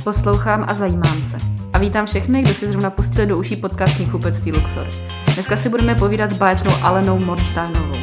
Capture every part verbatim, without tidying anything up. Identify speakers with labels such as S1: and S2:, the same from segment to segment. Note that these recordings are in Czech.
S1: Poslouchám a zajímám se. A vítám všechny, kdo si zrovna pustili do uší podcast Knihkupectví Luxor. Dneska si budeme povídat s báječnou Alenou Monštejnovou.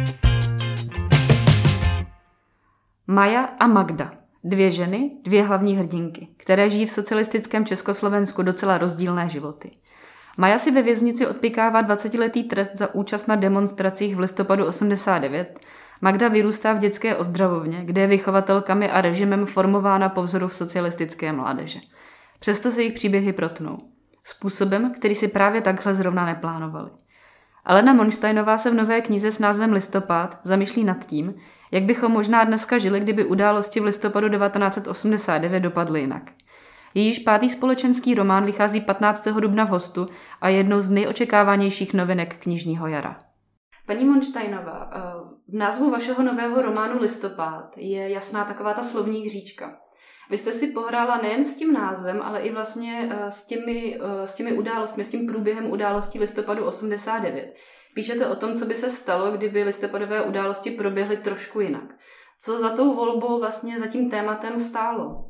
S1: Maja a Magda. Dvě ženy, dvě hlavní hrdinky, které žijí v socialistickém Československu docela rozdílné životy. Maja si ve věznici odpykává dvacetiletý trest za účast na demonstracích v listopadu osmdesát devět. Magda vyrůstá v dětské ozdravovně, kde je vychovatelkami a režimem formována po vzoru socialistické mládeže. Přesto se jejich příběhy protnou. Způsobem, který si právě takhle zrovna neplánovali. Alena Monštejnová se v nové knize s názvem Listopad zamýšlí nad tím, jak bychom možná dneska žili, kdyby události v listopadu devatenáct osmdesát devět dopadly jinak. Jejíž pátý společenský román vychází patnáctého dubna v Hostu a je jednou z nejočekávanějších novinek knižního jara. Paní Monštejnová, v názvu vašeho nového románu Listopad je jasná taková ta slovní hříčka. Vy jste si pohrála nejen s tím názvem, ale i vlastně s těmi, s těmi událostmi, s tím průběhem událostí listopadu osmdesát devět. Píšete o tom, co by se stalo, kdyby listopadové události proběhly trošku jinak. Co za tou volbou vlastně za tím tématem stálo?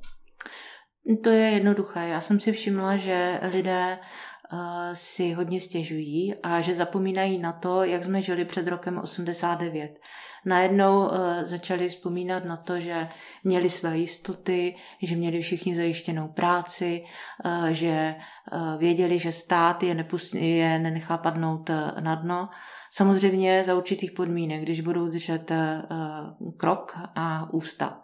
S2: To je jednoduché. Já jsem si všimla, že lidé uh, si hodně stěžují a že zapomínají na to, jak jsme žili před rokem osmdesát devět. Najednou uh, začali vzpomínat na to, že měli své jistoty, že měli všichni zajištěnou práci, uh, že uh, věděli, že stát je, nepust, je nenechá padnout uh, na dno. Samozřejmě za určitých podmínek, když budou držet uh, krok a ústa.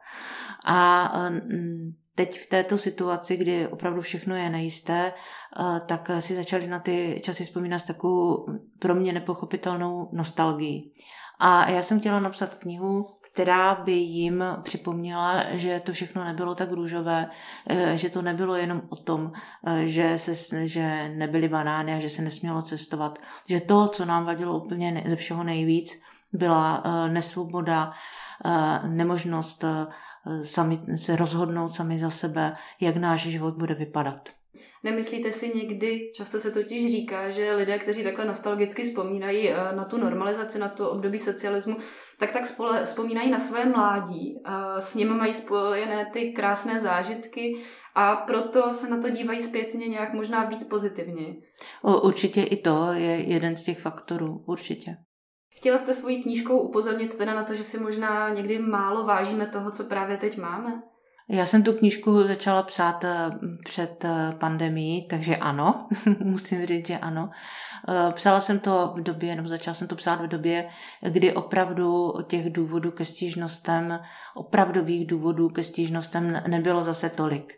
S2: A uh, teď v této situaci, kdy opravdu všechno je nejisté, tak si začali na ty časy vzpomínat s takovou pro mě nepochopitelnou nostalgií. A já jsem chtěla napsat knihu, která by jim připomněla, že to všechno nebylo tak růžové, že to nebylo jenom o tom, že, se, že nebyly banány a že se nesmělo cestovat. Že to, co nám vadilo úplně ze všeho nejvíc, byla nesvoboda, nemožnost sami, se rozhodnout sami za sebe, jak náš život bude vypadat.
S1: Nemyslíte si někdy, často se totiž říká, že lidé, kteří takhle nostalgicky vzpomínají na tu normalizaci, na to období socialismu, tak tak spole, vzpomínají na své mládí. S nimi mají spojené ty krásné zážitky a proto se na to dívají zpětně nějak možná víc pozitivně.
S2: Určitě i to je jeden z těch faktorů, určitě.
S1: Chtěla jste svojí knížkou upozornit teda na to, že si možná někdy málo vážíme toho, co právě teď máme?
S2: Já jsem tu knížku začala psát před pandemií, takže ano, musím říct, že ano. Psala jsem to v době, nebo začala jsem to psát v době, kdy opravdu těch důvodů ke stížnostem, opravdových důvodů ke stížnostem nebylo zase tolik.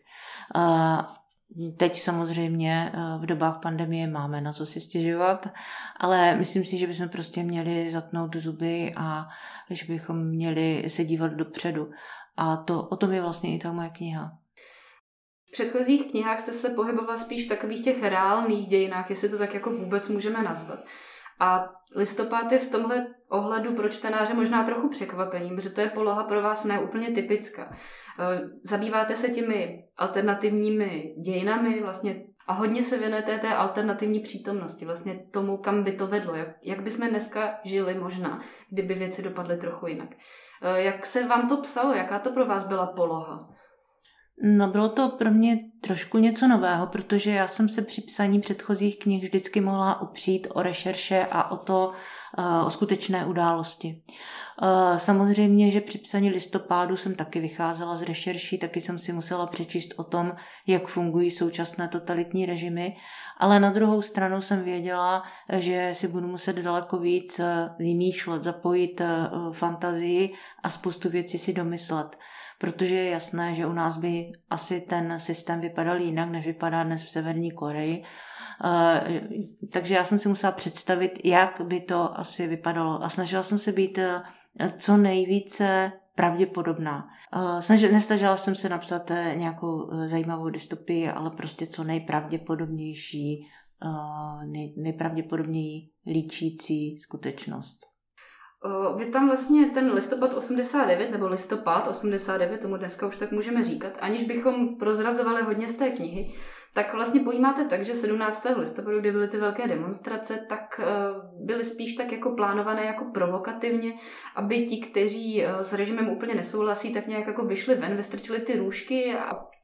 S2: Teď samozřejmě v dobách pandemie máme na co si stěžovat, ale myslím si, že bychom prostě měli zatnout zuby a že bychom měli se dívat dopředu. A to, o tom je vlastně i ta moje kniha.
S1: V předchozích knihách jste se pohybovala spíš v takových těch reálných dějinách, jestli to tak jako vůbec můžeme nazvat. A Listopad je v tomhle ohledu pro čtenáře možná trochu překvapením, protože to je poloha pro vás ne úplně typická. Zabýváte se těmi alternativními dějinami vlastně a hodně se věnujete té alternativní přítomnosti, vlastně tomu, kam by to vedlo, jak, jak bychom dneska žili možná, kdyby věci dopadly trochu jinak. Jak se vám to psalo? Jaká to pro vás byla poloha?
S2: No, bylo to pro mě trošku něco nového, protože já jsem se při psaní předchozích knih vždycky mohla opřít o rešerše a o to, o skutečné události. Samozřejmě, že při psaní Listopádu jsem taky vycházela z rešerší, taky jsem si musela přečíst o tom, jak fungují současné totalitní režimy, ale na druhou stranu jsem věděla, že si budu muset daleko víc vymýšlet, zapojit fantazii a spoustu věcí si domyslet. Protože je jasné, že u nás by asi ten systém vypadal jinak, než vypadá dnes v Severní Koreji. Takže já jsem si musela představit, jak by to asi vypadalo. A snažila jsem se být co nejvíce pravděpodobná. Snažila, nestažila jsem se napsat nějakou zajímavou dystopii, ale prostě co nejpravděpodobnější, nej, nejpravděpodobněji líčící skutečnost.
S1: Vy tam vlastně ten listopad osmdesát devět, nebo listopad osmdesát devět, tomu dneska už tak můžeme říkat, aniž bychom prozrazovali hodně z té knihy, tak vlastně pojímáte tak, že sedmnáctého listopadu, kdy byly ty velké demonstrace, tak byly spíš tak jako plánované jako provokativně, aby ti, kteří s režimem úplně nesouhlasí, tak nějak jako vyšli ven, vystrčili ty růžky. A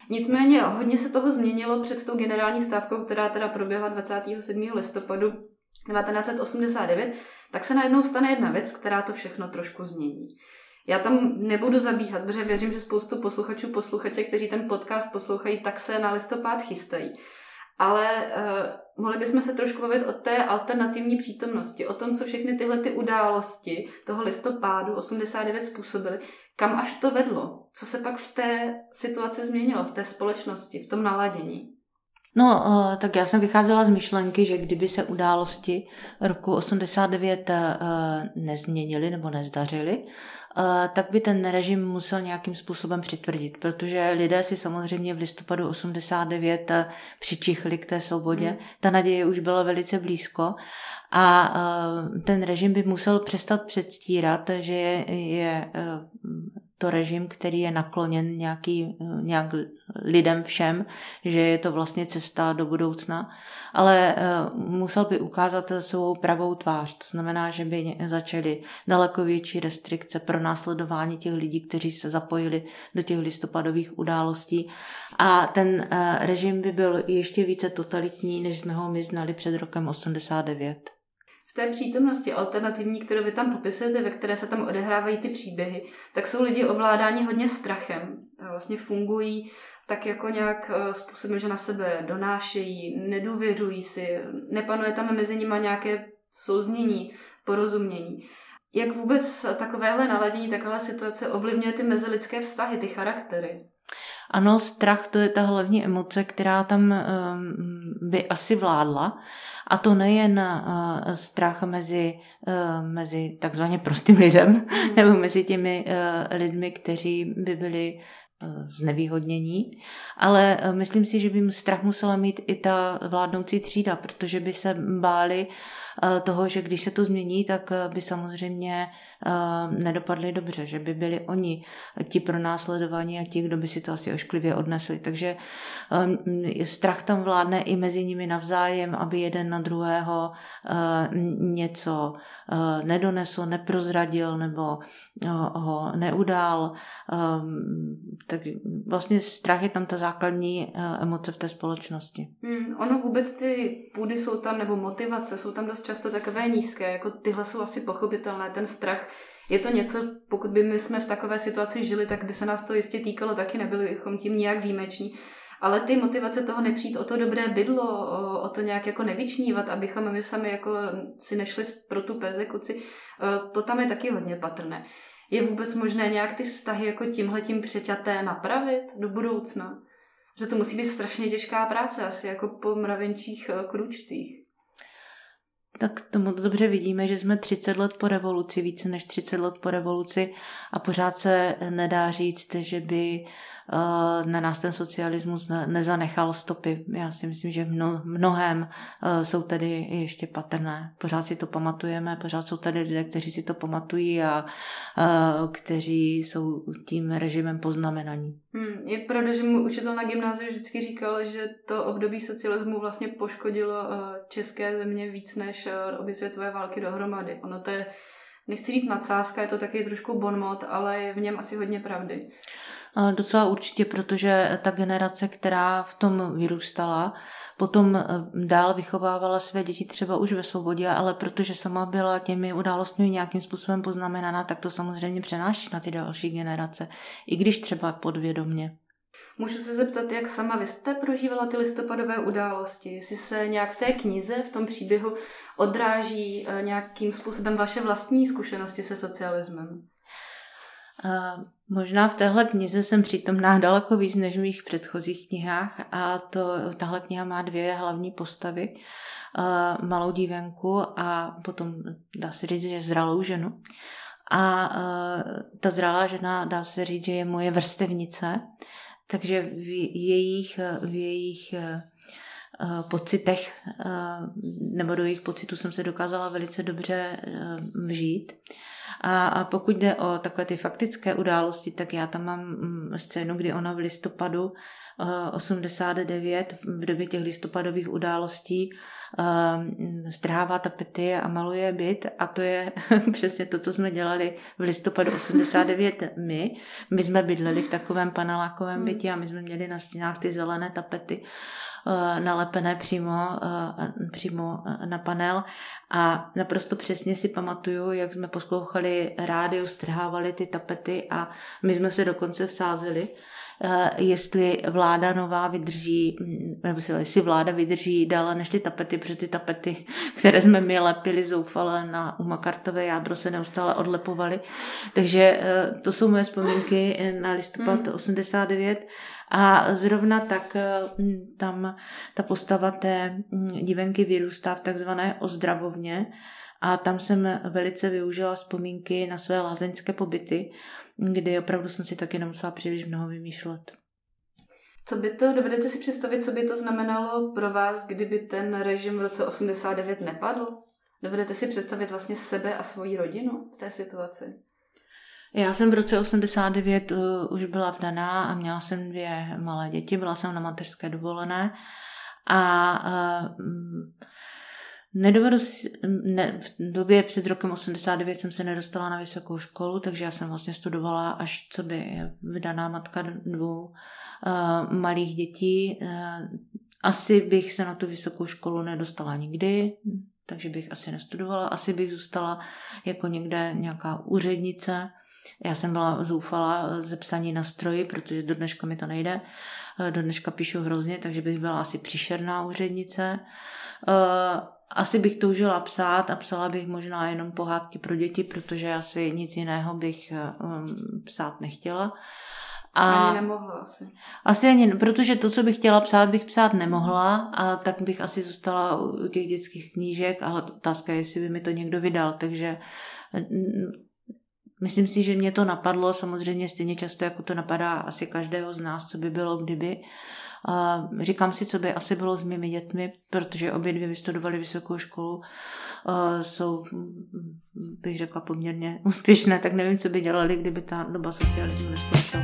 S1: Nicméně hodně se toho změnilo před tou generální stávkou, která teda proběhla dvacátého sedmého listopadu devatenáct set osmdesát devět, tak se najednou stane jedna věc, která to všechno trošku změní. Já tam nebudu zabíhat, protože věřím, že spoustu posluchačů, posluchaček, kteří ten podcast poslouchají, tak se na listopad chystají. Ale uh, mohli bychom se trošku bavit o té alternativní přítomnosti, o tom, co všechny tyhle ty události toho listopádu osmdesát devět způsobily, kam až to vedlo, co se pak v té situaci změnilo, v té společnosti, v tom naladění.
S2: No, uh, tak já jsem vycházela z myšlenky, že kdyby se události roku osmdesát devět uh, nezměnily nebo nezdařily, Uh, tak by ten režim musel nějakým způsobem přitvrdit, protože lidé si samozřejmě v listopadu osmdesát devět uh, přičichli k té svobodě. Mm. Ta naděje už byla velice blízko a uh, ten režim by musel přestat předstírat, že je, je uh, to režim, který je nakloněn nějaký, nějak lidem všem, že je to vlastně cesta do budoucna, ale uh, musel by ukázat svou pravou tvář. To znamená, že by začaly daleko větší restrikce pro následování těch lidí, kteří se zapojili do těch listopadových událostí a ten uh, režim by byl ještě více totalitní, než jsme ho my znali před rokem osmdesát devět.
S1: V té přítomnosti alternativní, kterou vy tam popisujete, ve které se tam odehrávají ty příběhy, tak jsou lidi ovládáni hodně strachem. Vlastně fungují tak jako nějak způsobem, že na sebe donášejí, nedůvěřují si, nepanuje tam mezi nimi nějaké souznění, porozumění. Jak vůbec takovéhle naladění, taková situace ovlivňuje ty mezilidské vztahy, ty charaktery?
S2: Ano, strach to je ta hlavní emoce, která tam um, by asi vládla. A to nejen uh, strach mezi, uh, mezi takzvaně prostým lidem, mm. nebo mezi těmi uh, lidmi, kteří by byli uh, znevýhodnění, ale uh, myslím si, že by strach musela mít i ta vládnoucí třída, protože by se báli uh, toho, že když se to změní, tak uh, by samozřejmě uh, nedopadli dobře, že by byli oni ti pronásledovaní a ti, kdo by si to asi ošklivě odnesli. Takže um, strach tam vládne i mezi nimi navzájem, aby jeden na druhého uh, něco uh, nedonesl, neprozradil nebo uh, ho neudál. Um, tak vlastně strach je tam ta základní uh, emoce v té společnosti.
S1: Hmm, ono vůbec ty půdy jsou tam, nebo motivace jsou tam dost často takové nízké, jako tyhle jsou asi pochopitelné, ten strach. Je to něco, pokud by my jsme v takové situaci žili, tak by se nás to jistě týkalo taky, nebyli bychom tím nějak výjimeční. Ale ty motivace toho nepřijít o to dobré bydlo, o, o to nějak jako nevyčnívat, abychom my sami jako si nešli pro tu persekuci, to tam je taky hodně patrné. Je vůbec možné nějak ty vztahy jako tímhletím přeťaté napravit do budoucna? Že to musí být strašně těžká práce, asi jako po mravenčích kručcích.
S2: Tak to moc dobře vidíme, že jsme třicet let po revoluci, více než třicet let po revoluci a pořád se nedá říct, že by uh, na nás ten socialismus ne- nezanechal stopy. Já si myslím, že v mno- mnohém uh, jsou tady ještě patrné. Pořád si to pamatujeme, pořád jsou tady lidé, kteří si to pamatují a uh, kteří jsou tím režimem poznamenaní.
S1: Hmm, je pravda, že můj učitel na gymnáziu vždycky říkal, že to období socialismu vlastně poškodilo uh, české země víc než uh, obě světové války dohromady. Ono to je, nechci říct nadsázka, je to taky trošku bonmot, ale je v něm asi hodně pravdy.
S2: Uh, docela určitě, protože ta generace, která v tom vyrůstala, potom dál vychovávala své děti třeba už ve svobodě, ale protože sama byla těmi událostmi nějakým způsobem poznamenaná, tak to samozřejmě přenáší na ty další generace, i když třeba podvědomě.
S1: Můžu se zeptat, jak sama vy jste prožívala ty listopadové události? Jestli se nějak v té knize, v tom příběhu odráží nějakým způsobem vaše vlastní zkušenosti se socialismem?
S2: Uh, možná v téhle knize jsem přítomná daleko víc než v mých předchozích knihách a to, tahle kniha má dvě hlavní postavy. Uh, malou dívenku a potom dá se říct, že zralou ženu. A uh, ta zralá žena dá se říct, že je moje vrstevnice, takže v jejich, v jejich uh, pocitech uh, nebo do jejich pocitů jsem se dokázala velice dobře uh, vžít. A, a pokud jde o takové ty faktické události, tak já tam mám scénu, kdy ona v listopadu osmdesát devět v době těch listopadových událostí strhává tapety a maluje byt a to je přesně to, co jsme dělali v listopadu osmdesát devět my. My jsme bydleli v takovém panelákovém bytě a my jsme měli na stěnách ty zelené tapety nalepené přímo, přímo na panel a naprosto přesně si pamatuju, jak jsme poslouchali rádio, strhávali ty tapety a my jsme se dokonce vsázeli, jestli vláda nová vydrží, nebo jestli vláda vydrží déle než ty tapety, protože ty tapety, které jsme my lepili zoufale na umakartové jádro, se neustále odlepovaly. Takže to jsou moje vzpomínky na listopad hmm. osmdesát devět a zrovna tak tam ta postava té dívenky vyrůstá v takzvané ozdravovně a tam jsem velice využila vzpomínky na své lázeňské pobyty, kdy opravdu jsem si taky nemusela příliš mnoho vymýšlet.
S1: Co by to, dovedete si představit, co by to znamenalo pro vás, kdyby ten režim v roce osmdesát devět nepadl? Dovedete si představit vlastně sebe a svoji rodinu v té situaci?
S2: Já jsem v roce osmdesát devět uh, už byla vdaná a měla jsem dvě malé děti, byla jsem na mateřské dovolené a uh, nedovedu si, ne, v době před rokem osmdesát devět jsem se nedostala na vysokou školu, takže já jsem vlastně studovala až co by vydaná matka dvou uh, malých dětí. Uh, asi bych se na tu vysokou školu nedostala nikdy, takže bych asi nestudovala, asi bych zůstala jako někde nějaká úřednice. Já jsem byla zoufala ze psaní na stroji, protože do dneška mi to nejde. Do dneška píšu hrozně, takže bych byla asi příšerná úřednice. Asi bych toužila psát a psala bych možná jenom pohádky pro děti, protože asi nic jiného bych psát nechtěla.
S1: A ani nemohla asi.
S2: Asi ani, protože to, co bych chtěla psát, bych psát nemohla a tak bych asi zůstala u těch dětských knížek, ale otázka je, jestli by mi to někdo vydal, takže myslím si, že mě to napadlo, samozřejmě stejně často, jako to napadá asi každého z nás, co by bylo kdyby. A říkám si, co by asi bylo s mými dětmi, protože obě dvě vystudovali vysokou školu, a jsou, bych řekla, poměrně úspěšné, tak nevím, co by dělali, kdyby ta doba socialismu neskončila.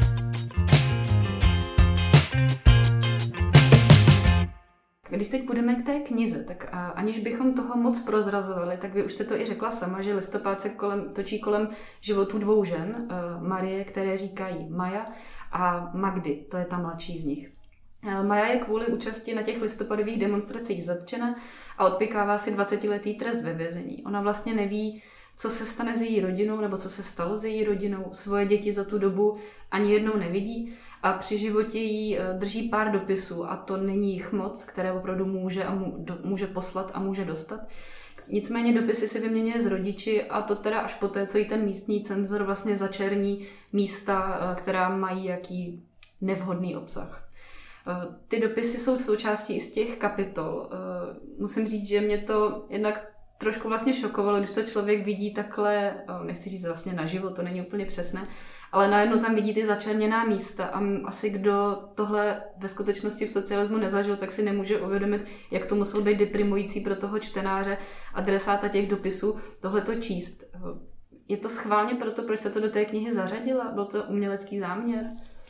S1: Když teď půjdeme k té knize, tak aniž bychom toho moc prozrazovali, tak vy už jste to i řekla sama, že listopad se kolem, točí kolem životů dvou žen, Marie, které říkají Maja, a Magdy, to je ta mladší z nich. Maja je kvůli účasti na těch listopadových demonstracích zatčena a odpykává si dvacetiletý trest ve vězení. Ona vlastně neví, co se stane s její rodinou, nebo co se stalo s její rodinou. Svoje děti za tu dobu ani jednou nevidí a při životě jí drží pár dopisů a to není jich moc, které opravdu může, a může poslat a může dostat. Nicméně dopisy si vyměňuje s rodiči a to teda až poté, co jí ten místní cenzor vlastně začerní místa, která mají jaký nevhodný obsah. Ty dopisy jsou součástí i z těch kapitol. Musím říct, že mě to jednak trošku vlastně šokovalo, když to člověk vidí takhle, nechci říct vlastně naživo, to není úplně přesné, ale najednou tam vidí ty začerněná místa a asi kdo tohle ve skutečnosti v socialismu nezažil, tak si nemůže uvědomit, jak to muselo být deprimující pro toho čtenáře, adresáta těch dopisů, tohle to číst. Je to schválně proto, proč se to do té knihy zařadila? Byl to umělecký záměr?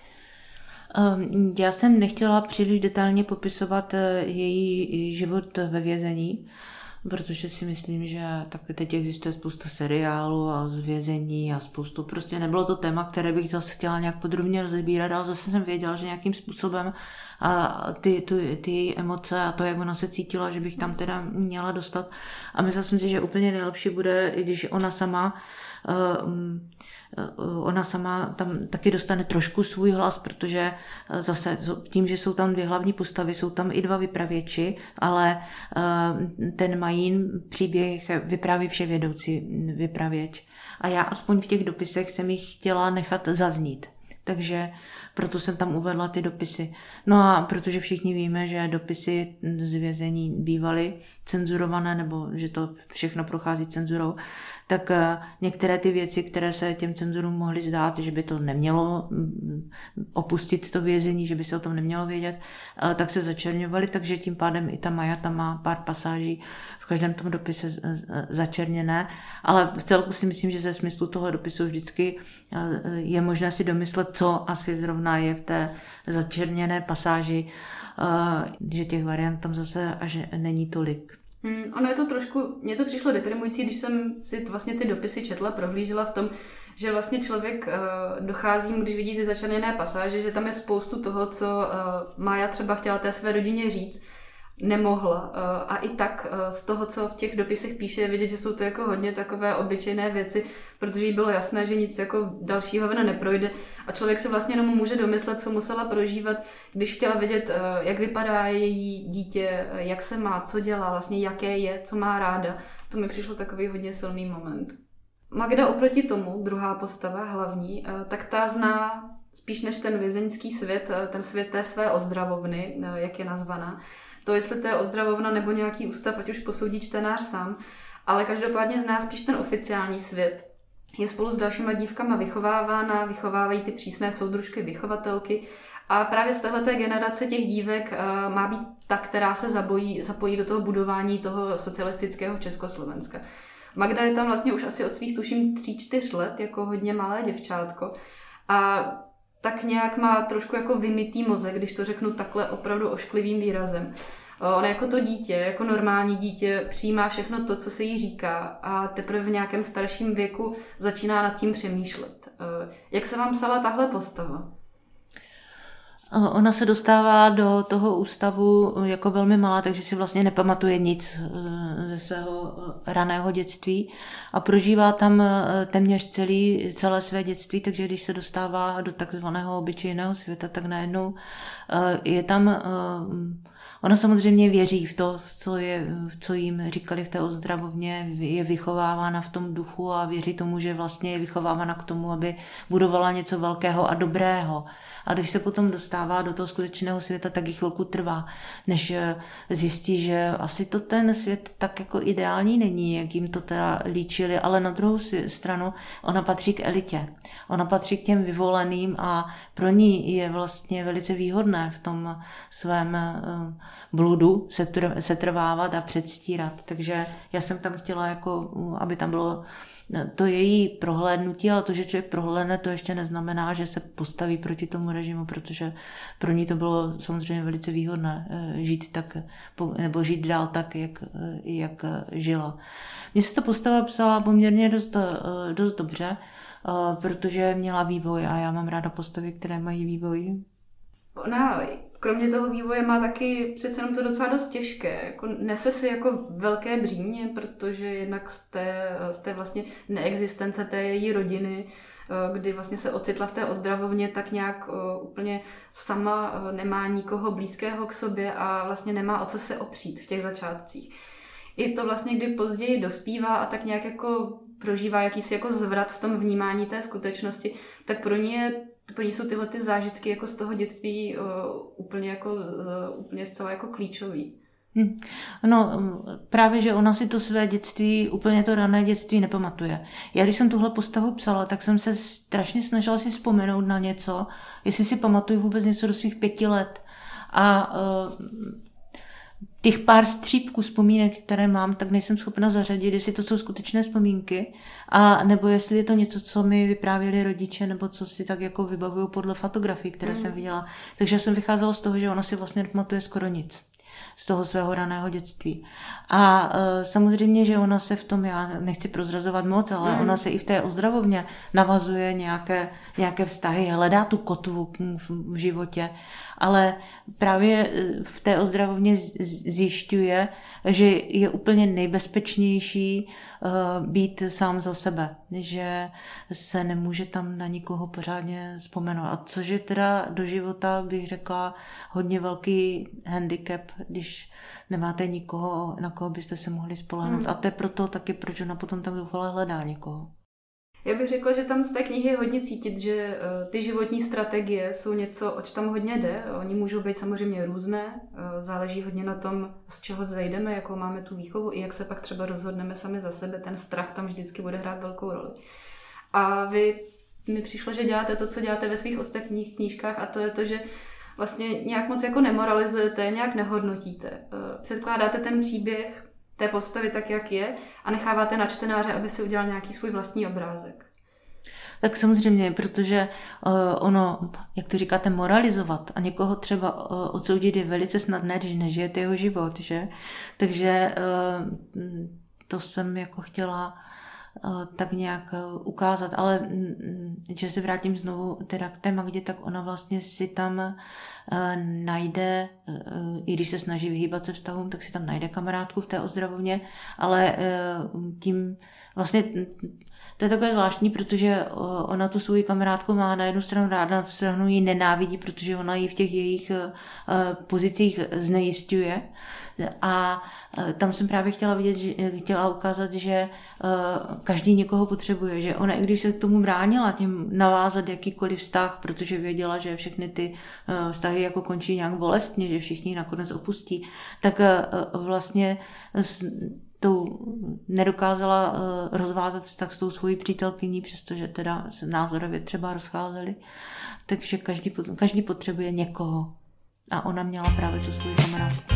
S2: Já jsem nechtěla příliš detailně popisovat její život ve vězení, protože si myslím, že taky teď existuje spousta seriálů a z vězení a spoustu, prostě nebylo to téma, které bych zase chtěla nějak podrobně rozebírat, ale zase jsem věděla, že nějakým způsobem a ty, ty, ty její emoce a to, jak ona se cítila, že bych tam teda měla dostat. A myslela jsem si, že úplně nejlepší bude, když ona sama ona sama tam taky dostane trošku svůj hlas, protože zase tím, že jsou tam dvě hlavní postavy, jsou tam i dva vypravěči, ale ten Majin příběh vypráví vševědoucí vypravěč. A já aspoň v těch dopisech jsem jich chtěla nechat zaznít. Takže proto jsem tam uvedla ty dopisy. No a protože všichni víme, že dopisy z vězení bývaly cenzurované, nebo že to všechno prochází cenzurou, tak některé ty věci, které se těm cenzorům mohly zdát, že by to nemělo opustit to vězení, že by se o tom nemělo vědět, tak se začerňovaly, takže tím pádem i ta Maja tam má pár pasáží v každém tom dopise začerněné, ale v celku si myslím, že ze smyslu toho dopisu vždycky je možné si domyslet, co asi zrovna je v té začerněné pasáži, že těch variant tam zase až není tolik.
S1: Hmm, ono je to trošku, mně to přišlo deprimující, když jsem si vlastně ty dopisy četla, prohlížela v tom, že vlastně člověk uh, dochází mu, když vidí ty začerněné pasáže, že tam je spoustu toho, co uh, Maja třeba chtěla té své rodině říct, nemohla. Uh, a i tak uh, z toho, co v těch dopisech píše, je vidět, že jsou to jako hodně takové obyčejné věci, protože jí bylo jasné, že nic jako dalšího vena neprojde a člověk se vlastně jenom může domyslet, co musela prožívat, když chtěla vědět, uh, jak vypadá její dítě, uh, jak se má, co dělá, vlastně jaké je, co má ráda. To mi přišlo takový hodně silný moment. Magda oproti tomu, druhá postava, hlavní, uh, tak ta zná spíš než ten vězeňský svět, uh, ten svět té své ozdravovny, uh, jak je nazvaná. To, jestli to je ozdravovna nebo nějaký ústav, ať už posoudí čtenář sám, ale každopádně zná spíš ten oficiální svět. Je spolu s dalšíma dívkama vychovávána, vychovávají ty přísné soudružky, vychovatelky a právě z téhleté generace těch dívek uh, má být ta, která se zabojí, zapojí do toho budování toho socialistického Československa. Magda je tam vlastně už asi od svých tuším tří, čtyř let, jako hodně malé děvčátko a tak nějak má trošku jako vymytý mozek, když to řeknu takhle opravdu ošklivým výrazem. Ona jako to dítě, jako normální dítě, přijímá všechno to, co se jí říká a teprve v nějakém starším věku začíná nad tím přemýšlet. Jak se vám psala tahle postava?
S2: Ona se dostává do toho ústavu jako velmi malá, takže si vlastně nepamatuje nic ze svého raného dětství a prožívá tam téměř celý, celé své dětství, takže když se dostává do takzvaného obyčejného světa, tak najednou je tam... Ona samozřejmě věří v to, co, je, co jim říkali v té ozdravovně, je vychovávána v tom duchu a věří tomu, že vlastně je vychovávána k tomu, aby budovala něco velkého a dobrého. A když se potom dostává do toho skutečného světa, tak jí chvilku trvá, než zjistí, že asi to ten svět tak jako ideální není, jak jim to teda líčili, ale na druhou stranu ona patří k elitě. Ona patří k těm vyvoleným a pro ní je vlastně velice výhodné v tom svém bludu setrvávat a předstírat. Takže já jsem tam chtěla, jako, aby tam bylo to její prohlédnutí, ale to, že člověk prohlédne, to ještě neznamená, že se postaví proti tomu režimu, protože pro ní to bylo samozřejmě velice výhodné žít tak, nebo žít dál tak, jak, jak žila. Mně se ta postava psala poměrně dost, dost dobře, protože měla vývoj a já mám ráda postavy, které mají vývoj.
S1: Ona kromě toho vývoje má taky přece jenom to docela dost těžké. Jako nese si jako velké břímě, protože jednak z té, z té vlastně neexistence té její rodiny, kdy vlastně se ocitla v té ozdravovně, tak nějak úplně sama nemá nikoho blízkého k sobě a vlastně nemá o co se opřít v těch začátcích. I to vlastně, kdy později dospívá a tak nějak jako prožívá jakýsi jako zvrat v tom vnímání té skutečnosti, tak pro ní je Pro ní jsou tyhle ty zážitky jako z toho dětství uh, úplně, jako, uh, úplně zcela jako klíčový.
S2: Hmm. No právě, že ona si to své dětství, úplně to rané dětství nepamatuje. Já když jsem tuhle postavu psala, tak jsem se strašně snažila si vzpomenout na něco, jestli si pamatuju vůbec něco do svých pěti let. A uh, těch pár střípků vzpomínek, které mám, tak nejsem schopna zařadit, jestli to jsou skutečné vzpomínky, a nebo jestli je to něco, co mi vyprávěli rodiče, nebo co si tak jako vybavuju podle fotografií, které mm. jsem viděla. Takže jsem vycházela z toho, že ona si vlastně nepamatuje skoro nic z toho svého raného dětství. A e, samozřejmě, že ona se v tom, já nechci prozrazovat moc, ale mm. ona se i v té ozdravovně navazuje nějaké, nějaké vztahy, hledá tu kotvu v, v životě, ale právě v té ozdravovně zjišťuje, že je úplně nejbezpečnější uh, být sám za sebe, že se nemůže tam na nikoho pořádně vzpomenout. A což je teda do života, bych řekla, hodně velký handicap, když nemáte nikoho, na koho byste se mohli spolehnout. Hmm. A to je proto taky, proč ona potom tak doufale hledá někoho.
S1: Já bych řekla, že tam z té knihy je hodně cítit, že ty životní strategie jsou něco, oč tam hodně jde. Oni můžou být samozřejmě různé, záleží hodně na tom, z čeho vzejdeme, jakou máme tu výchovu i jak se pak třeba rozhodneme sami za sebe. Ten strach tam vždycky bude hrát velkou roli. A vy mi přišlo, že děláte to, co děláte ve svých ostatních knížkách, a to je to, že vlastně nějak moc jako nemoralizujete, nějak nehodnotíte. Předkládáte ten příběh té postavy tak, jak je, a necháváte na čtenáře, aby si udělal nějaký svůj vlastní obrázek.
S2: Tak samozřejmě, protože uh, ono, jak to říkáte, moralizovat a někoho třeba uh, odsoudit je velice snadné, když nežijete jeho život, že? Takže uh, to jsem jako chtěla uh, tak nějak uh, ukázat, ale um, že se vrátím znovu teda k té Magdě, tak ona vlastně si tam uh, najde, uh, i když se snaží vyhýbat se vztahům, tak si tam najde kamarádku v té ozdravovně, ale uh, tím vlastně to je takové zvláštní, protože ona tu svou kamarádku má na jednu stranu ráda, na druhou stranu ji nenávidí, protože ona ji v těch jejich pozicích znejisťuje. A tam jsem právě chtěla vidět, že, chtěla ukázat, že každý někoho potřebuje, že ona, i když se k tomu bránila, tím navázat jakýkoliv vztah, protože věděla, že všechny ty vztahy jako končí nějak bolestně, že všichni nakonec opustí, tak vlastně tou nedokázala uh, rozvázat vztah s tou svojí přítelkyní, přestože teda se názorově třeba rozcházeli. Takže každý, každý potřebuje někoho. A ona měla právě tu svou kamarádku.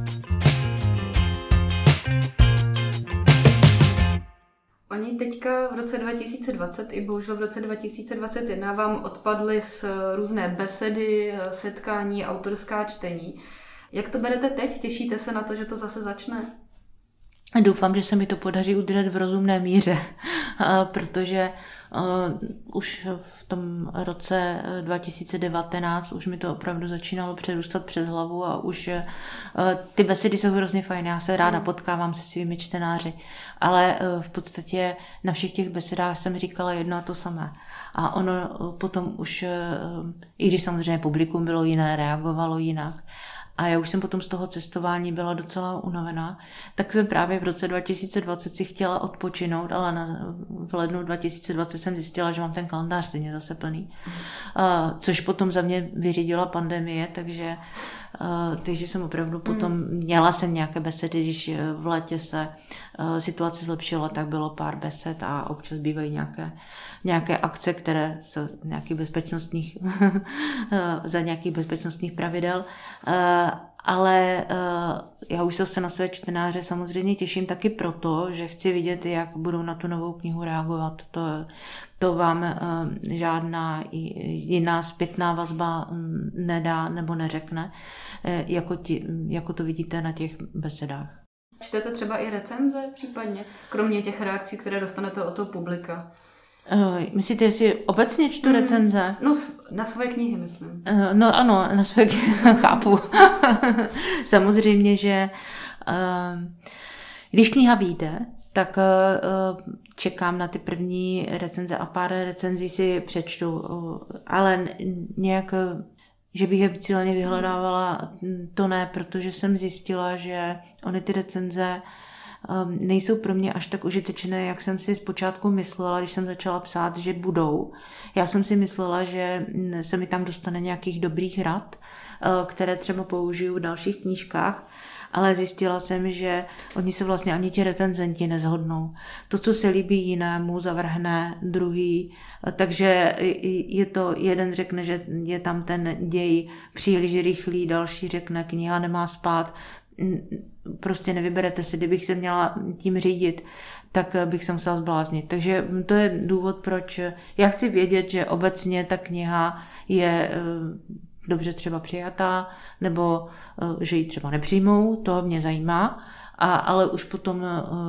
S1: Oni teďka v roce dva tisíce dvacet i bohužel v roce dva tisíce dvacet jedna vám odpadly z různé besedy, setkání, autorská čtení. Jak to berete teď? Těšíte se na to, že to zase začne?
S2: Doufám, že se mi to podaří udržet v rozumné míře, protože uh, už v tom roce dva tisíce devatenáct už mi to opravdu začínalo přerůstat přes hlavu a už uh, ty besedy jsou hrozně fajn, já se ráda potkávám se svými čtenáři, ale uh, v podstatě na všech těch besedách jsem říkala jedno a to samé. A ono uh, potom už, uh, i když samozřejmě publikum bylo jiné, reagovalo jinak, a já už jsem potom z toho cestování byla docela unavená, tak jsem právě v roce dva tisíce dvacet si chtěla odpočinout, ale na, v lednu dva tisíce dvacet jsem zjistila, že mám ten kalendář stejně zase plný. A, což potom za mě vyřídila pandemie, takže, a, takže jsem opravdu potom mm. měla jsem nějaké besedy, když v létě se a, situace zlepšila, tak bylo pár besed a občas bývají nějaké, nějaké akce, které jsou nějakých bezpečnostních za nějakých bezpečnostních pravidel. A, ale uh, já už se na své čtenáře samozřejmě těším taky proto, že chci vidět, jak budou na tu novou knihu reagovat. To, to vám uh, žádná jiná zpětná vazba nedá nebo neřekne, uh, jako, ti, jako to vidíte na těch besedách.
S1: Čtete třeba i recenze případně, kromě těch reakcí, které dostanete od toho publika?
S2: Uh, myslíte, jestli obecně čtu mm, recenze?
S1: No, na svoje knihy, myslím.
S2: Uh, no ano, na svoje knihy, chápu. Samozřejmě, že uh, když kniha vyjde, tak uh, čekám na ty první recenze a pár recenzí si přečtu, uh, ale nějak, že bych je cíleně vyhledávala, to ne, protože jsem zjistila, že ony ty recenze Um, nejsou pro mě až tak užitečné, jak jsem si zpočátku myslela, když jsem začala psát, že budou. Já jsem si myslela, že se mi tam dostane nějakých dobrých rad, uh, které třeba použiju v dalších knížkách, ale zjistila jsem, že oni se vlastně ani ti recenzenti nezhodnou. To, co se líbí jinému, zavrhne druhý, takže je to, jeden řekne, že je tam ten děj příliš rychlý, další řekne, kniha nemá spát. Prostě nevyberete si, kdybych se měla tím řídit, tak bych se musela zbláznit. Takže to je důvod, proč já chci vědět, že obecně ta kniha je dobře třeba přijatá, nebo že ji třeba nepřijmou, to mě zajímá, a, ale už potom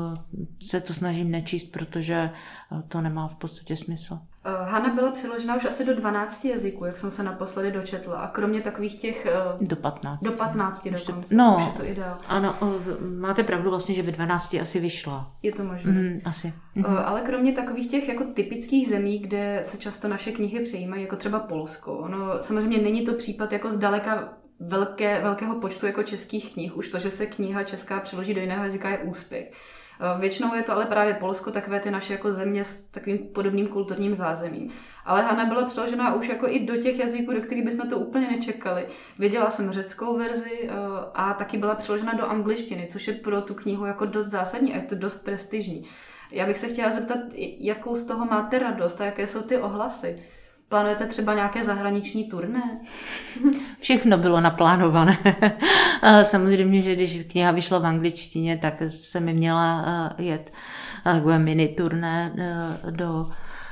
S2: se to snažím nečíst, protože to nemá v podstatě smysl.
S1: Hana byla přeložena už asi do dvanácti jazyků, jak jsem se naposledy dočetla. A kromě takových těch...
S2: Do patnácti.
S1: Do patnácti dokonce.
S2: No,
S1: už je to ideál.
S2: Ano, máte pravdu vlastně, že ve dvanácti asi vyšla.
S1: Je to možné.
S2: Mm, asi.
S1: Mm-hmm. Ale kromě takových těch jako typických zemí, kde se často naše knihy přijímají, jako třeba Polsko. No, samozřejmě není to případ jako zdaleka velké, velkého počtu jako českých knih. Už to, že se kniha česká přeloží do jiného jazyka, je úspěch. Většinou je to ale právě Polsko, takové ty naše jako země s takovým podobným kulturním zázemím. Ale Hana byla přeložená už jako i do těch jazyků, do kterých bychom to úplně nečekali. Viděla jsem řeckou verzi a taky byla přeložena do angličtiny, což je pro tu knihu jako dost zásadní a je to dost prestižní. Já bych se chtěla zeptat, jakou z toho máte radost a jaké jsou ty ohlasy? Plánujete třeba nějaké zahraniční turné?
S2: Všechno bylo naplánované. Samozřejmě, že když kniha vyšla v angličtině, tak jsem mi měla jet takové mini turné do,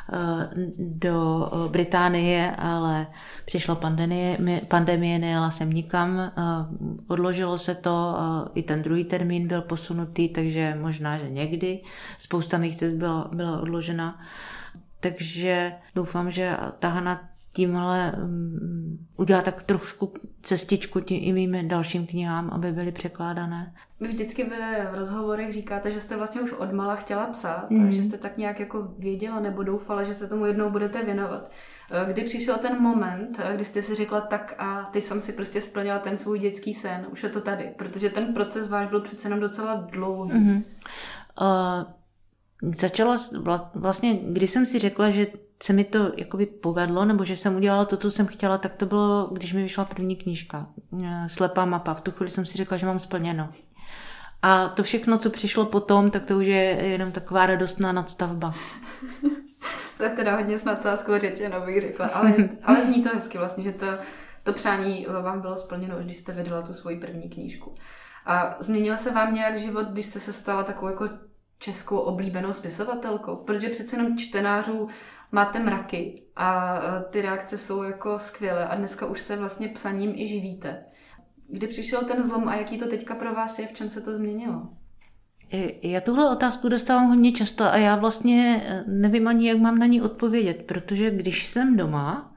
S2: do Británie, ale přišla pandemie, pandemie, nejela jsem nikam, odložilo se to, i ten druhý termín byl posunutý, takže možná, že někdy. Spousta mých cest byla, byla odložena. Takže doufám, že ta Hana tímhle um, udělá tak trošku cestičku tím i mým dalším knihám, aby byly překládané.
S1: Vy vždycky v rozhovorech říkáte, že jste vlastně už odmala chtěla psát, mm. a že jste tak nějak jako věděla nebo doufala, že se tomu jednou budete věnovat. Kdy přišel ten moment, kdy jste si řekla tak a teď jsem si prostě splnila ten svůj dětský sen, už je to tady, protože ten proces váš byl přece jenom docela dlouhý. Mm-hmm.
S2: Uh... Začala vlastně, když jsem si řekla, že se mi to jakoby povedlo, nebo že jsem udělala to, co jsem chtěla, tak to bylo, když mi vyšla první knížka, Slepá mapa. V tu chvíli jsem si řekla, že mám splněno. A to všechno, co přišlo potom, tak to už je jenom taková radostná nadstavba.
S1: To je teda hodně s nadsázkou řečeno, bych řekla, ale, ale zní to hezky vlastně, že to, to přání vám bylo splněno, když jste vydala tu svoji první knížku. A změnil se vám nějak život, když jste se stala takovou jako českou oblíbenou spisovatelkou, protože přece jenom čtenářů máte mraky a ty reakce jsou jako skvělé a dneska už se vlastně psaním i živíte. Kdy přišel ten zlom a jaký to teďka pro vás je, v čem se to změnilo?
S2: Já tuhle otázku dostávám hodně často a já vlastně nevím ani, jak mám na ní odpovědět, protože když jsem doma,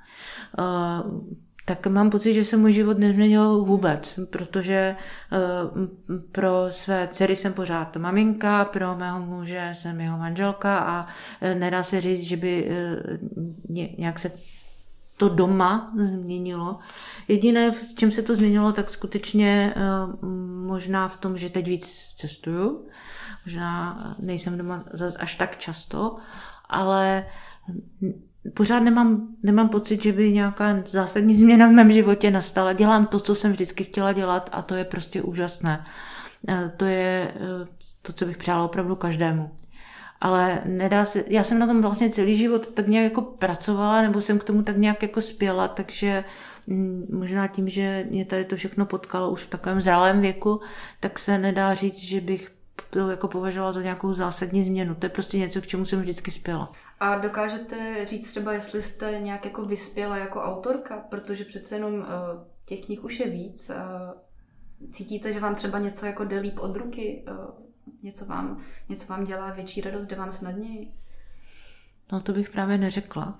S2: tak mám pocit, že se můj život nezměnil vůbec, protože uh, pro své dcery jsem pořád maminka, pro mého muže jsem jeho manželka a uh, nedá se říct, že by uh, nějak se to doma změnilo. Jediné, v čem se to změnilo, tak skutečně uh, možná v tom, že teď víc cestuju, možná nejsem doma zas až tak často, ale pořád nemám, nemám pocit, že by nějaká zásadní změna v mém životě nastala. Dělám to, co jsem vždycky chtěla dělat a to je prostě úžasné. To je to, co bych přála opravdu každému. Ale nedá se, já jsem na tom vlastně celý život tak nějak jako pracovala, nebo jsem k tomu tak nějak jako spěla, takže možná tím, že mě tady to všechno potkalo už v takovém zralém věku, tak se nedá říct, že bych to jako považovala za nějakou zásadní změnu. To je prostě něco, k čemu jsem vždycky spěla.
S1: A dokážete říct třeba, jestli jste nějak jako vyspěla jako autorka, protože přece jenom uh, těch knih už je víc. Uh, cítíte, že vám třeba něco jako jde líp od ruky? Uh, něco, vám, něco vám dělá větší radost, jde vám snadněji?
S2: No to bych právě neřekla.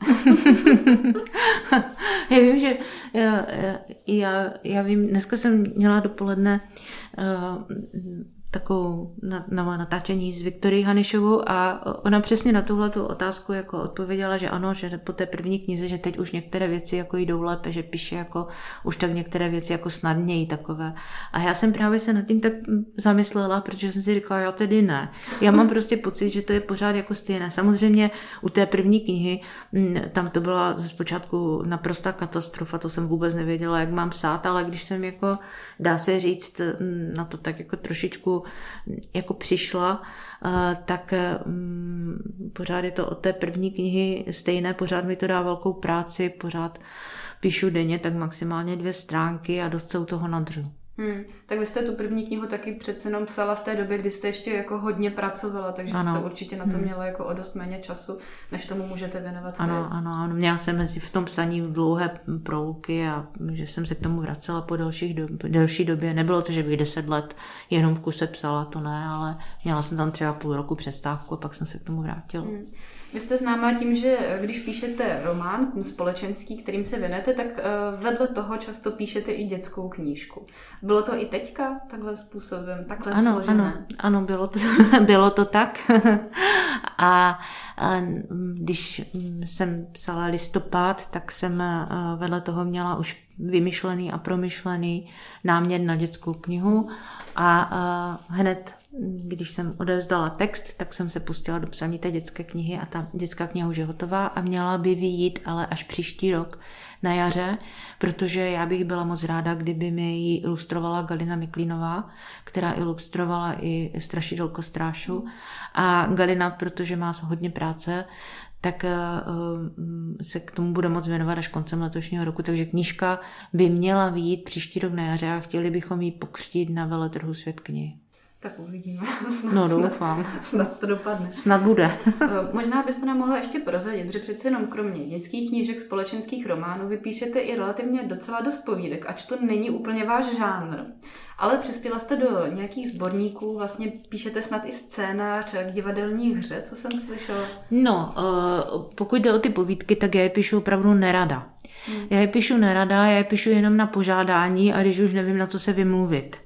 S2: Já vím, že já, já, já vím, dneska jsem měla dopoledne uh, takovou na, na natáčení s Viktorií Hanišovou a ona přesně na tuhletu otázku jako odpověděla, že ano, že po té první knize, že teď už některé věci jako jdou lépe, že píše jako už tak některé věci jako snadněji takové. A já jsem právě se nad tím tak zamyslela, protože jsem si říkala, já tedy ne. Já mám prostě pocit, že to je pořád jako stejné. Samozřejmě u té první knihy, tam to byla ze zpočátku naprostá katastrofa, to jsem vůbec nevěděla, jak mám psát, ale když jsem jako, dá se říct, na to tak jako trošičku jako přišla, tak pořád je to od té první knihy stejné, pořád mi to dá velkou práci, pořád píšu denně tak maximálně dvě stránky a dost se u toho nadřu.
S1: Hmm, tak vy jste tu první knihu taky přece jenom psala v té době, kdy jste ještě jako hodně pracovala, takže ano. Jste určitě na to měla jako o dost méně času, než tomu můžete věnovat.
S2: Ano, teď. ano, ano. Měla jsem mezi v tom psaní dlouhé prouluky a že jsem se k tomu vracela po delších dob, delší době. Nebylo to, že bych deset let jenom v kuse psala, to ne, ale měla jsem tam třeba půl roku přestávku a pak jsem se k tomu vrátila. Hmm.
S1: Vy jste známá tím, že když píšete román společenský, kterým se věnete, tak vedle toho často píšete i dětskou knížku. Bylo to i teďka takhle způsobem, takhle
S2: ano,
S1: složené?
S2: Ano, ano, bylo to, bylo to tak. A, a když jsem psala Listopad, tak jsem vedle toho měla už vymyšlený a promyšlený námět na dětskou knihu a, a hned, když jsem odevzdala text, tak jsem se pustila do psaní té dětské knihy a ta dětská kniha už je hotová a měla by vyjít ale až příští rok na jaře, protože já bych byla moc ráda, kdyby mi ji ilustrovala Galina Miklínová, která ilustrovala i Strašidelko Strášu. A Galina, protože má hodně práce, tak se k tomu bude moc věnovat až koncem letošního roku, takže knížka by měla vyjít příští rok na jaře a chtěli bychom ji pokřtít na veletrhu Svět knihy.
S1: Tak uvidíme. Snad,
S2: no doufám.
S1: Snad, snad to dopadne.
S2: Snad bude.
S1: Možná byste nám mohla ještě prozradit, protože přece jenom kromě dětských knížek, společenských románů vy píšete i relativně docela dost povídek, ač to není úplně váš žánr. Ale přispěla jste do nějakých sborníků, vlastně píšete snad i scénář k divadelní hře, co jsem slyšela?
S2: No, pokud jde o ty povídky, tak já je píšu opravdu nerada. Hmm. Já je píšu nerada, já je píšu jenom na požádání a když už nevím, na co se vymluvit.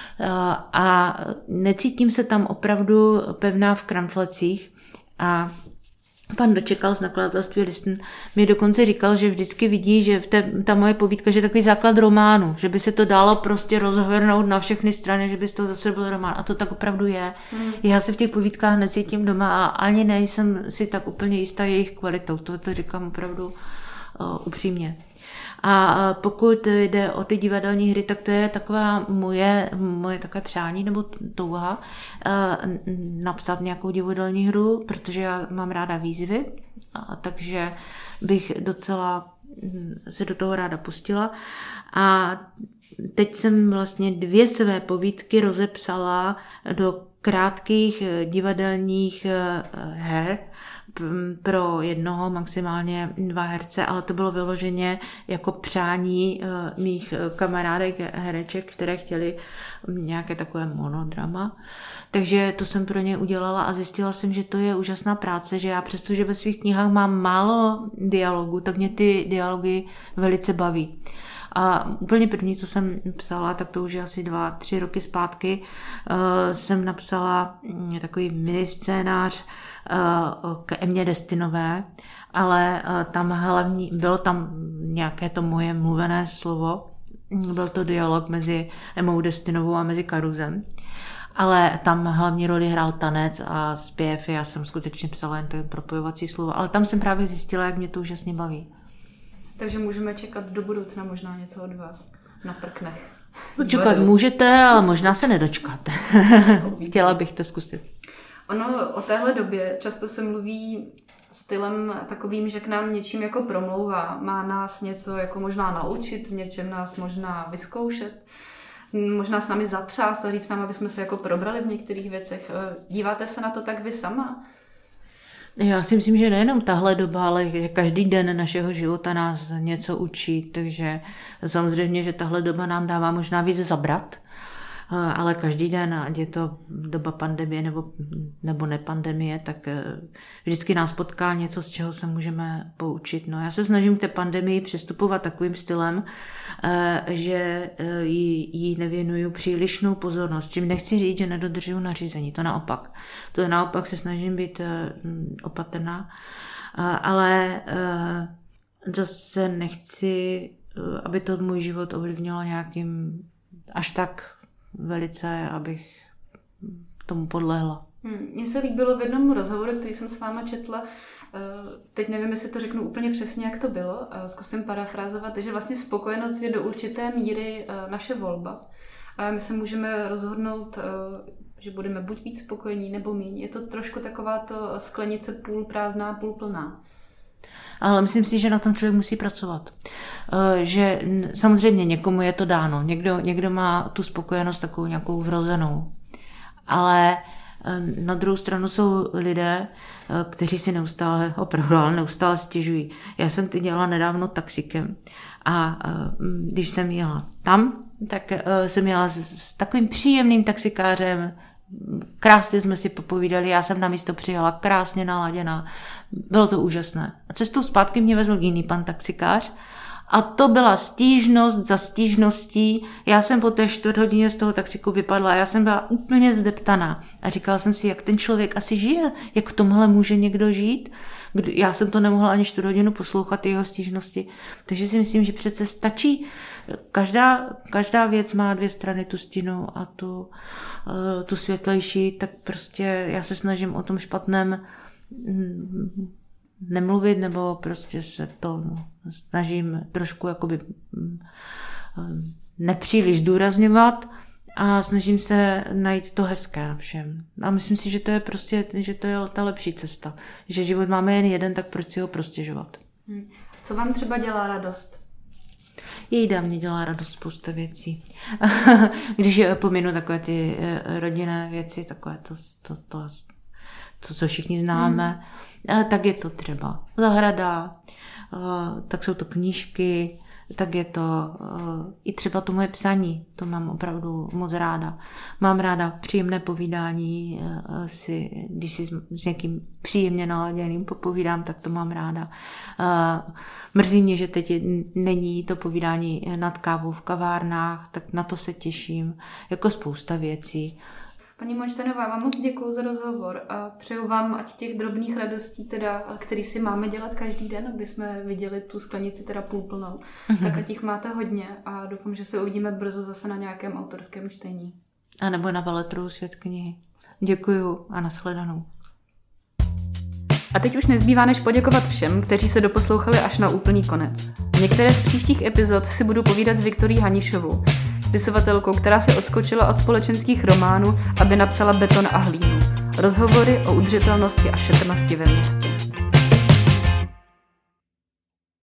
S2: A necítím se tam opravdu pevná v kramflecích a pan Dočekal z nakladatelství Listen mi dokonce říkal, že vždycky vidí, že v té, ta moje povídka, že je takový základ románu, že by se to dalo prostě rozhrnout na všechny strany, že by z toho zase byl román. A to tak opravdu je. Hmm. Já se v těch povídkách necítím doma a ani nejsem si tak úplně jistá jejich kvalitou. To, to říkám opravdu uh, upřímně. A pokud jde o ty divadelní hry, tak to je taková moje, moje takové přání nebo touha napsat nějakou divadelní hru, protože já mám ráda výzvy, a takže bych docela se do toho ráda pustila. A teď jsem vlastně dvě své povídky rozepsala do krátkých divadelních her pro jednoho, maximálně dva herce, ale to bylo vyloženě jako přání mých kamarádek hereček, které chtěly nějaké takové monodrama. Takže to jsem pro ně udělala a zjistila jsem, že to je úžasná práce, že já přestože ve svých knihách mám málo dialogů, tak mě ty dialogy velice baví. A úplně první, co jsem psala, tak to už je asi dva, tři roky zpátky, uh, jsem napsala takový mini scénář uh, k Emě Destinové, ale uh, tam hlavní, bylo tam nějaké to moje mluvené slovo, byl to dialog mezi Emou Destinovou a mezi Karuzem. Ale tam hlavní roli hrál tanec a zpěv, já jsem skutečně psala jen to propojovací slovo, ale tam jsem právě zjistila, jak mě to úžasně baví.
S1: Takže můžeme čekat do budoucna možná něco od vás na prknech.
S2: Čekat můžete, ale možná se nedočkáte. Chtěla bych to zkusit.
S1: Ono o téhle době často se mluví stylem takovým, že k nám něčím jako promlouvá. Má nás něco jako možná naučit, v něčem nás možná vyzkoušet, možná s námi zatřást a říct nám, aby jsme se jako probrali v některých věcech. Díváte se na to tak vy sama?
S2: Já si myslím, že nejenom tahle doba, ale že každý den našeho života nás něco učí, takže samozřejmě, že tahle doba nám dává možná víc zabrat, ale každý den, ať je to doba pandemie nebo, nebo nepandemie, tak vždycky nás potká něco, z čeho se můžeme poučit. No, já se snažím k té pandemii přistupovat takovým stylem, že jí nevěnuju přílišnou pozornost, čím nechci říct, že nedodržuju nařízení, to naopak. To naopak se snažím být opatrná, ale zase nechci, aby to můj život ovlivnilo nějakým až tak velice, abych tomu podlehla.
S1: Mně se líbilo v jednom rozhovoru, který jsem s váma četla, teď nevím, jestli to řeknu úplně přesně, jak to bylo, zkusím parafrázovat, že vlastně spokojenost je do určité míry naše volba. A my se můžeme rozhodnout, že budeme buď víc spokojení, nebo méně. Je to trošku taková to sklenice půl prázdná, půl plná.
S2: Ale myslím si, že na tom člověk musí pracovat. Že samozřejmě někomu je to dáno. Někdo, někdo má tu spokojenost takovou nějakou vrozenou. Ale na druhou stranu jsou lidé, kteří si neustále, opravdu, ale neustále stěžují. Já jsem ty dělala nedávno taxikem a když jsem jela tam, tak jsem jela s, s takovým příjemným taxikářem, krásně jsme si popovídali, já jsem na místo přijela krásně naladěná, bylo to úžasné. A cestou zpátky mě vezl jiný pan taxikář A to byla stížnost za stížností. Já jsem po té čtvrt hodině z toho taxiku vypadla. Já jsem byla úplně zdeptaná. A říkala jsem si, jak ten člověk asi žije. Jak v tomhle může někdo žít. Já jsem to nemohla ani čtvrt hodinu poslouchat jeho stížnosti. Takže si myslím, že přece stačí. Každá, každá věc má dvě strany, tu stinnou a tu, tu světlejší. Tak prostě já se snažím o tom špatném nemluvit, nebo prostě se to snažím trošku jakoby nepříliš zdůrazňovat a snažím se najít to hezké na všem. A myslím si, že to je prostě, že to je ta lepší cesta. Že život máme jen jeden, tak proč si ho prostěžovat?
S1: Co vám třeba dělá radost?
S2: Jejda, mě dělá radost spousta věcí. Když pominu takové ty rodinné věci, takové to, to, to, to co všichni známe, hmm. tak je to třeba zahrada, tak jsou to knížky, tak je to i třeba to moje psaní, to mám opravdu moc ráda. Mám ráda příjemné povídání, si, když si s někým příjemně naladěným popovídám, tak to mám ráda. Mrzí mě, že teď není to povídání nad kávou v kavárnách, tak na to se těším, jako spousta věcí.
S1: Paní Monštenová, vám moc děkuju za rozhovor a přeju vám, ať těch drobných radostí, teda, který si máme dělat každý den, aby jsme viděli tu sklenici teda půl plnou, mm-hmm. tak ať jich máte hodně a doufám, že se uvidíme brzo zase na nějakém autorském čtení.
S2: A nebo na veletrhu Svět knihy. Děkuju a nashledanou.
S1: A teď už nezbývá než poděkovat všem, kteří se doposlouchali až na úplný konec. Některé z příštích epizod si budu povídat s Viktorií Hanišovou, spisovatelkou, která si odskočila od společenských románů, aby napsala Beton a hlínu. Rozhovory o udržitelnosti a šetrnosti ve městě.